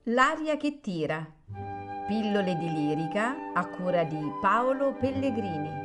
L'aria che tira. Pillole di lirica a cura di Paolo Pellegrini.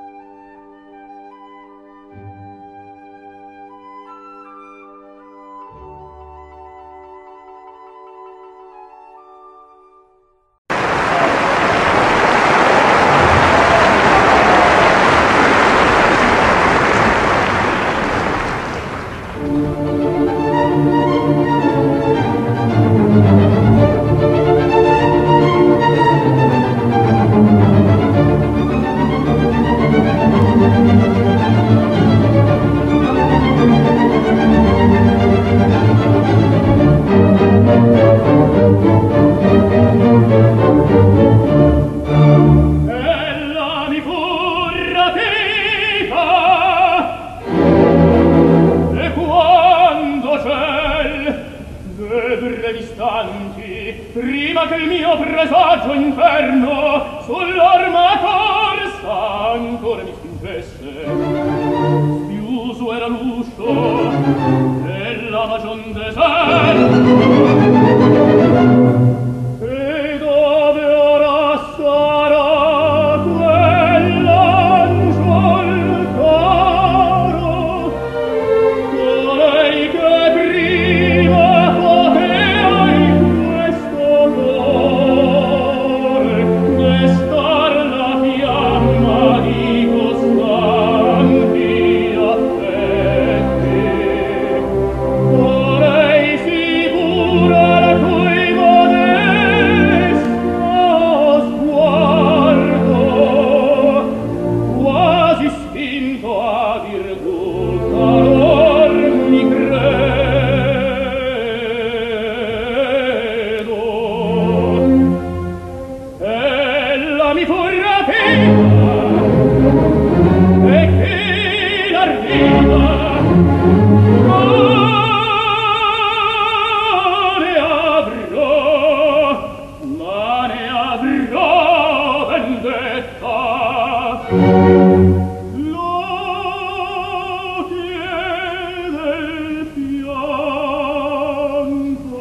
Prima che il mio presagio inferno sull'orma corsa ancora mi spingesse, schiuso era l'uscio della magion deserto. E dove ora sarà quell'angiol caro, colei che prima poteva in questo cuore destar la fiamma di costanti affetti? Colei sicura la cui modesto sguardo quasi spinto a virtù talor mi credo. Ella mi fu rapita e chi l'arriva ma ne avrò vendetta. Lo chiede il pianto.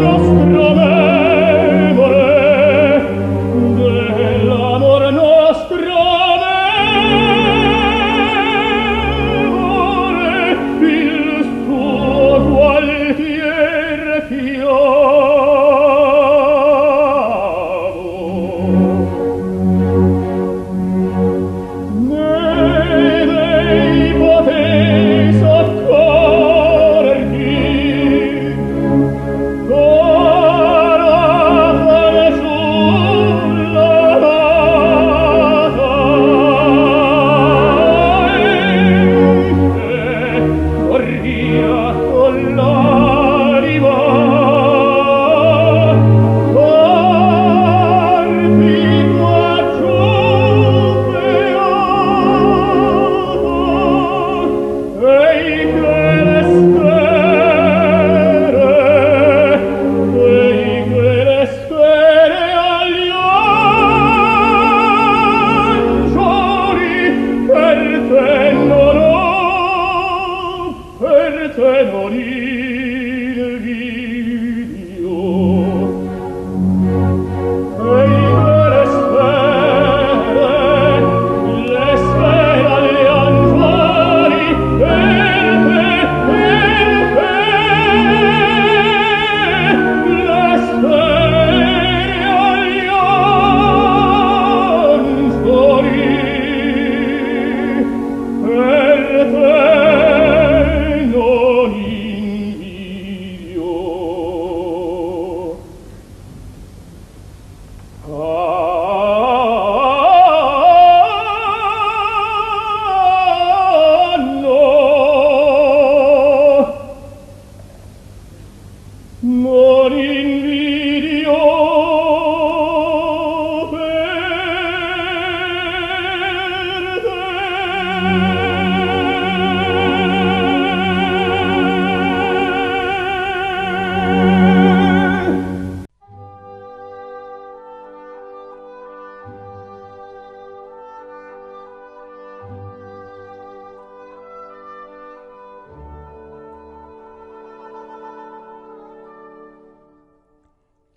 Dell'amor nostro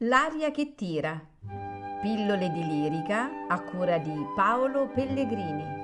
L'aria che tira. Pillole di lirica a cura di Paolo Pellegrini.